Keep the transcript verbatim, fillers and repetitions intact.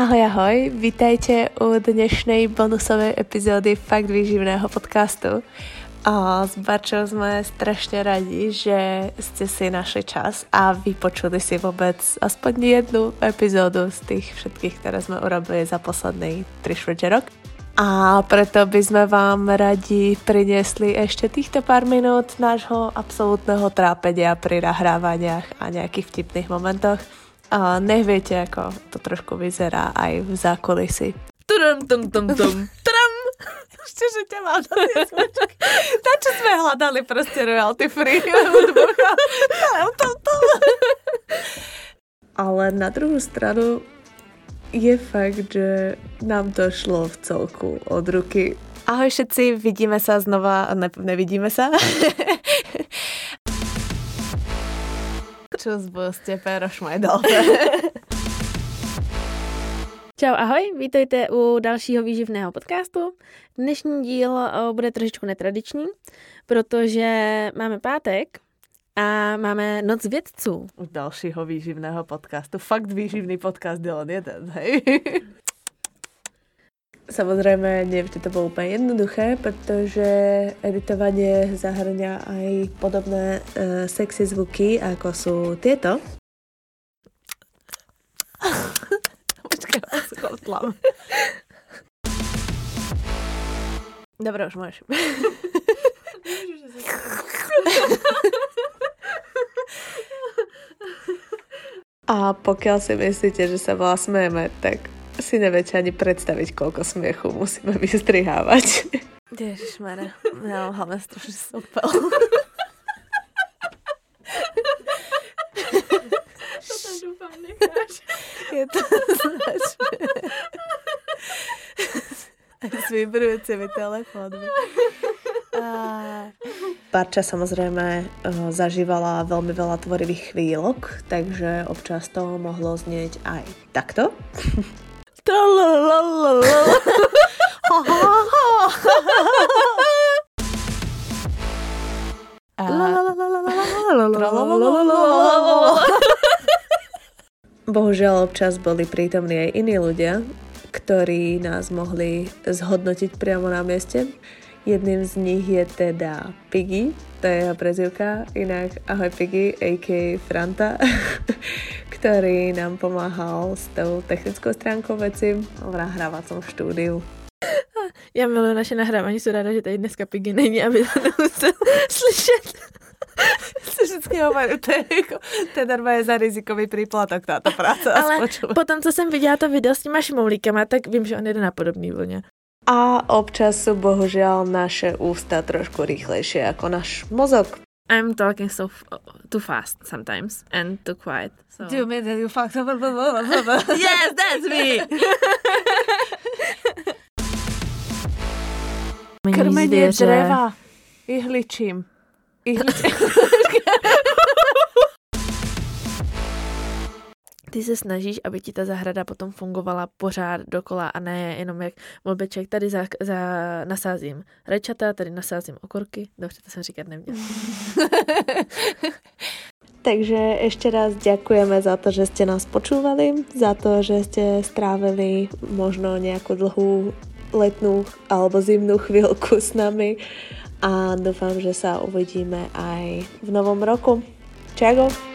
Ahoj, ahoj, vítajte u dnešnej bonusovej epizódy Fakt výživného podcastu. A s Barčou sme strašne radi, že ste si našli čas a vypočuli si vôbec aspoň jednu epizódu z tých všetkých, ktoré sme urobili za posledný tri štvrte rok. A preto by sme vám radi priniesli ešte týchto pár minút nášho absolútneho trápenia pri nahrávaniach a nejakých vtipných momentoch. A nech viete, ako to trošku vyzerá aj v zákulisí. Tudum, tum, tum, tum, tram. Ešte, že ťa mám na tie smačky. Na čo sme hľadali proste royalty free hudbocha. Ale na druhú stranu je fakt, že nám to šlo v celku od ruky. Ahoj všetci, vidíme sa znova, ne, nevidíme sa. Čus prostě Péro Šmajdalfe. Čau, ahoj, vítejte u dalšího výživného podcastu. Dnešní díl bude trošičku netradiční, protože máme pátek a máme Noc vědců. U dalšího výživného podcastu. Fakt výživný podcast je len jeden, hej? Samozrejme, nevždy to bolo úplne jednoduché, pretože editovanie zahrňa aj podobné uh, sexy zvuky, ako sú tieto. Počkaj, ja sa kotlám. Dobre, už môžeš. A pokiaľ si myslíte, že sa veľa smejeme, tak si neviete ani predstaviť, koľko smiechu musíme vystrihávať. Ježišmane, ja hlavne strašne sopel. To tam dúfam necháš. Je to značné. Aj s vibrujúcimi telefónmi. Barča samozrejme zažívala veľmi veľa tvorivých chvíľok, takže občas to mohlo znieť aj takto. Bohužiaľ občas boli prítomní aj iní ľudia, ktorí nás mohli zhodnotiť priamo na mieste. Jedným z nich je teda Piggy, to je jeho prezývka, inak ahoj Piggy, á ká á. Franta, ktorý nám pomáhal s tou technickou stránkou veci v nahrávacom štúdiu. Já miluji naše nahrávání, jsou ráda, že tady dneska Piggy není, aby to nemusel slyšet. Se vždycky hovorím, to je, jako, to je normálně za rizikový príplatok táto práce. Ale potom, co jsem viděla to video s těma šmoulíkama, tak vím, že on jde na podobný vlně. A občas sú bohužiaľ naše ústa trošku rýchlejšie ako náš mozog. I'm talking so f- too fast sometimes and too quiet. So. Do you mean that you fucked up? Yes, that's me! Krmenie dreva. Ihličím. Ihličím. Ty se snažíš, aby ti ta zahrada potom fungovala pořád dokola a ne jenom jak molbeček, tady za, za, nasázím rajčata, tady nasázím okurky. Dobře, to jsem říkat neměla. Takže ešte raz ďakujeme za to, že ste nás počúvali, za to, že ste strávili možno nejakú dlhú letnú alebo zimnú chvíľku s nami a dúfam, že sa uvidíme aj v novom roku. Čago!